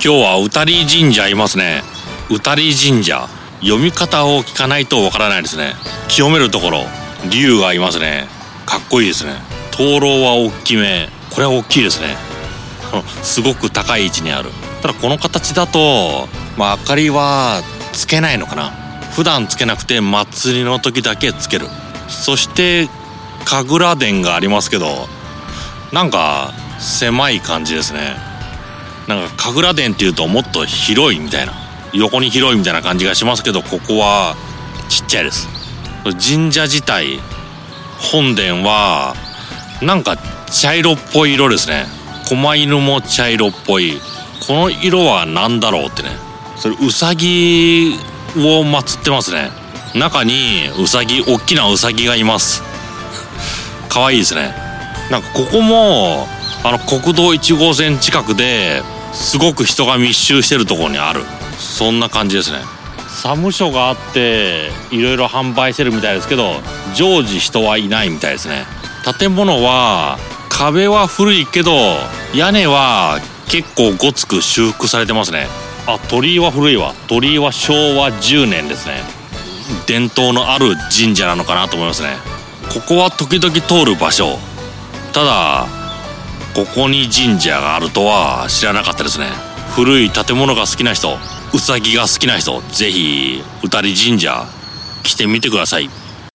今日は宇多利神社いますね。宇多利神社、読み方を聞かないとわからないですね。清めるところ、龍がいますね。かっこいいですね。灯籠は大きめ、これは大きいですね。すごく高い位置にある。ただこの形だと明かりはつけないのかな。普段つけなくて祭りの時だけつける。そして神楽殿がありますけど、なんか狭い感じですね。なんか神楽殿っていうともっと広いみたいな、横に広いみたいな感じがしますけど、ここはちっちゃいです。神社自体、本殿はなんか茶色っぽい色ですね。狛犬も茶色っぽい。この色は何だろうってね。それウサギを祀ってますね。中に大きなウサギがいます。可愛いですね。なんかここも国道1号線近くですごく人が密集してるところにある、そんな感じですね。社務所があっていろいろ販売してるみたいですけど、常時人はいないみたいですね。建物は壁は古いけど屋根は結構ごつく修復されてますね。鳥居は古いわ。鳥居は昭和10年ですね。伝統のある神社なのかなと思いますね。ここは時々通る場所。ただここに神社があるとは知らなかったですね。古い建物が好きな人、うさぎが好きな人、ぜひ宇多利神社来てみてください。